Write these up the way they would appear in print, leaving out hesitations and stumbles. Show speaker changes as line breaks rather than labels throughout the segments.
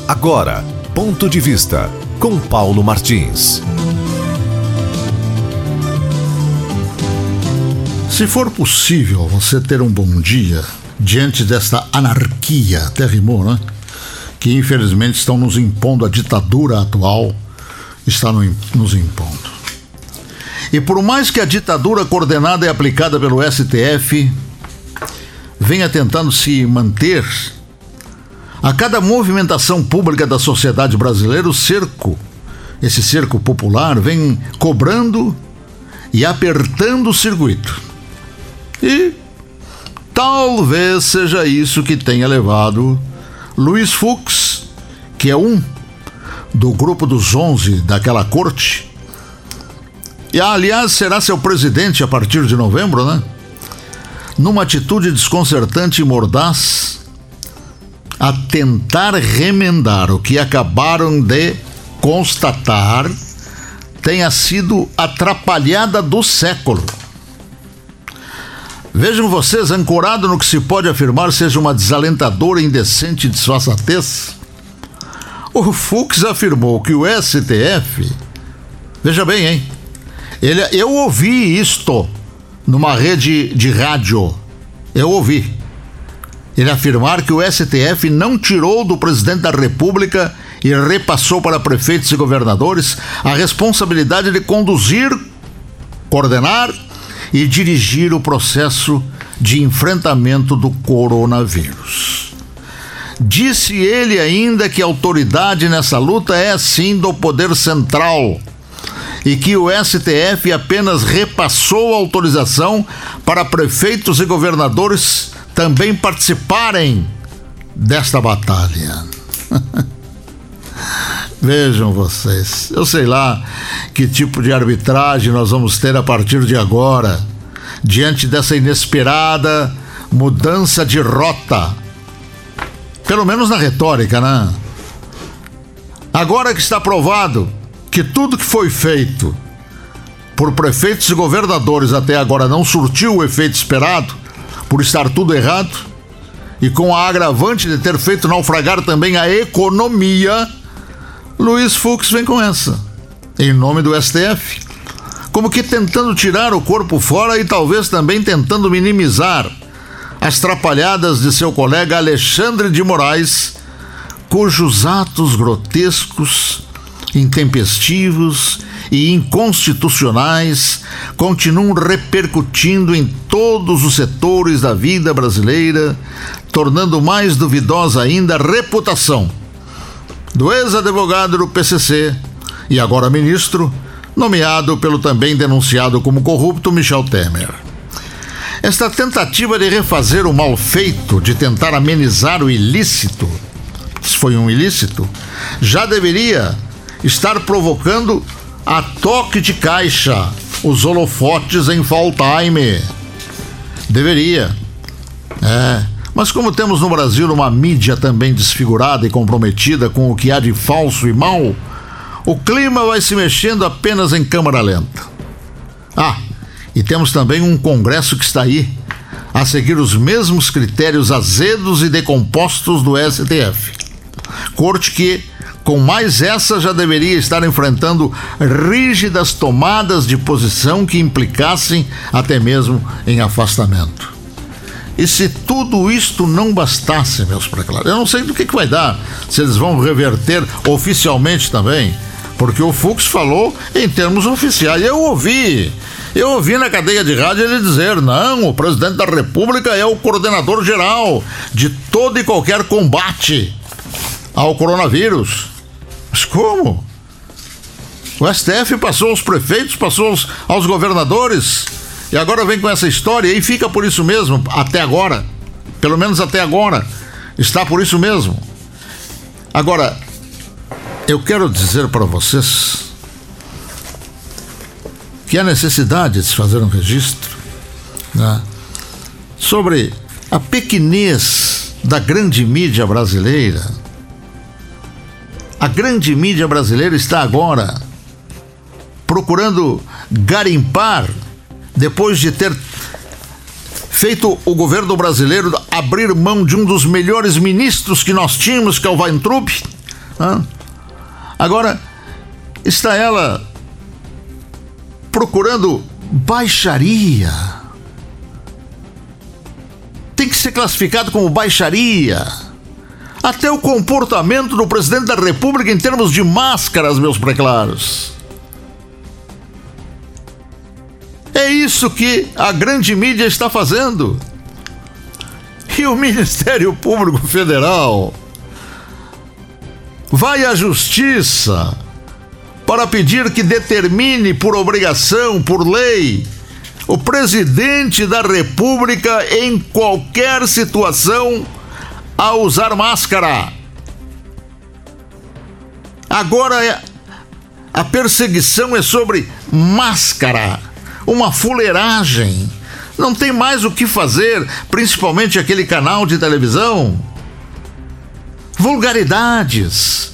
Agora, Ponto de Vista, com Paulo Martins.
Se for possível você ter um bom dia diante desta anarquia, até rimou, né? Que infelizmente estão nos impondo, a ditadura atual está nos impondo. E por mais que a ditadura coordenada e aplicada pelo STF venha tentando se manter, a cada movimentação pública da sociedade brasileira, esse cerco popular, vem cobrando e apertando o circuito. E talvez seja isso que tenha levado Luiz Fux, que é um do grupo dos 11 daquela corte, e aliás será seu presidente a partir de novembro, né? Numa atitude desconcertante e mordaz, a tentar remendar o que acabaram de constatar tenha sido a atrapalhada do século. Vejam vocês, ancorado no que se pode afirmar seja uma desalentadora e indecente disfarçatez, o Fux afirmou que o STF, veja bem, hein? Eu ouvi isto numa rede de rádio, eu ouvi ele afirmar que o STF não tirou do presidente da República e repassou para prefeitos e governadores a responsabilidade de conduzir, coordenar e dirigir o processo de enfrentamento do coronavírus. Disse ele ainda que a autoridade nessa luta é sim do poder central e que o STF apenas repassou a autorização para prefeitos e governadores também participarem desta batalha. Vejam vocês, eu sei lá que tipo de arbitragem nós vamos ter a partir de agora, diante dessa inesperada mudança de rota, pelo menos na retórica, né? Agora que está provado que tudo que foi feito por prefeitos e governadores até agora não surtiu o efeito esperado, por estar tudo errado, e com a agravante de ter feito naufragar também a economia, Luiz Fux vem com essa, em nome do STF, como que tentando tirar o corpo fora e talvez também tentando minimizar as trapalhadas de seu colega Alexandre de Moraes, cujos atos grotescos, intempestivos e inconstitucionais continuam repercutindo em todos os setores da vida brasileira, tornando mais duvidosa ainda a reputação do ex-advogado do PCC e agora ministro, nomeado pelo também denunciado como corrupto Michel Temer. Esta tentativa de refazer o mal feito, de tentar amenizar o ilícito, se foi um ilícito, já deveria estar provocando a toque de caixa os holofotes em fall time. Deveria. Mas como temos no Brasil uma mídia também desfigurada e comprometida com o que há de falso e mal, o clima vai se mexendo apenas em câmara lenta. E temos também um Congresso que está aí a seguir os mesmos critérios azedos e decompostos do STF. Corte que, com mais essa, já deveria estar enfrentando rígidas tomadas de posição que implicassem até mesmo em afastamento. E se tudo isto não bastasse, meus preclaros, eu não sei do que vai dar, se eles vão reverter oficialmente também, porque o Fux falou em termos oficiais. Eu ouvi na cadeia de rádio ele dizer: não, o presidente da República é o coordenador geral de todo e qualquer combate ao coronavírus. Mas como? O STF passou aos prefeitos, passou aos governadores, e agora vem com essa história e fica por isso mesmo, até agora. Pelo menos até agora, está por isso mesmo. Agora, eu quero dizer para vocês que há necessidade de se fazer um registro, né, sobre a pequenez da grande mídia brasileira. A grande mídia brasileira está agora procurando garimpar, depois de ter feito o governo brasileiro abrir mão de um dos melhores ministros que nós tínhamos, que é o Weintraub, Agora, está ela procurando baixaria. Tem que ser classificado como baixaria. Até o comportamento do presidente da República em termos de máscaras, meus preclaros. É isso que a grande mídia está fazendo. E o Ministério Público Federal vai à Justiça para pedir que determine por obrigação, por lei, o presidente da República em qualquer situação a usar máscara. Agora a perseguição é sobre máscara, uma fuleiragem. Não tem mais o que fazer, principalmente aquele canal de televisão. Vulgaridades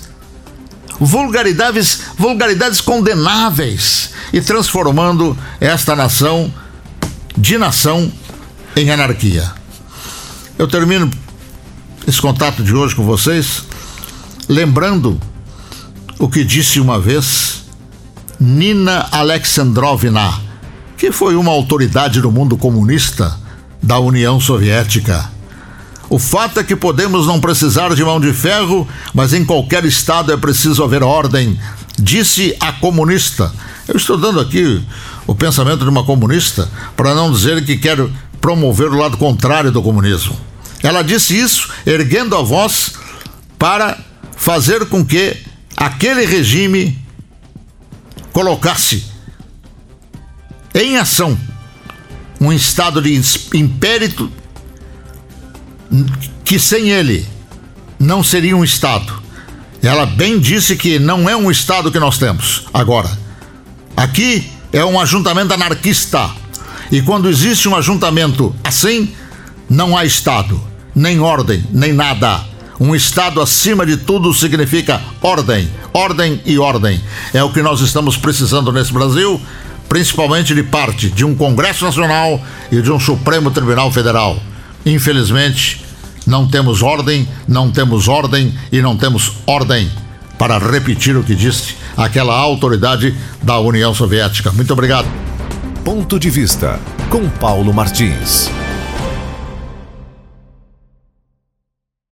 condenáveis, e transformando esta nação de nação em anarquia. Eu termino esse contato de hoje com vocês lembrando o que disse uma vez Nina Alexandrovna, que foi uma autoridade do mundo comunista da União Soviética. O fato é que podemos não precisar de mão de ferro, mas em qualquer estado é preciso haver ordem, disse a comunista. Eu estou dando aqui o pensamento de uma comunista para não dizer que quero promover o lado contrário do comunismo. Ela disse isso erguendo a voz para fazer com que aquele regime colocasse em ação um estado de império que sem ele não seria um estado. Ela bem disse que não é um estado que nós temos agora. Aqui é um ajuntamento anarquista, e quando existe um ajuntamento assim, não há estado, nem ordem, nem nada. Um estado acima de tudo significa ordem, ordem e ordem. É o que nós estamos precisando nesse Brasil, principalmente de parte de um Congresso Nacional e de um Supremo Tribunal Federal. Infelizmente, não temos ordem, não temos ordem e não temos ordem, para repetir o que disse aquela autoridade da União Soviética. Muito obrigado.
Ponto de Vista, com Paulo Martins.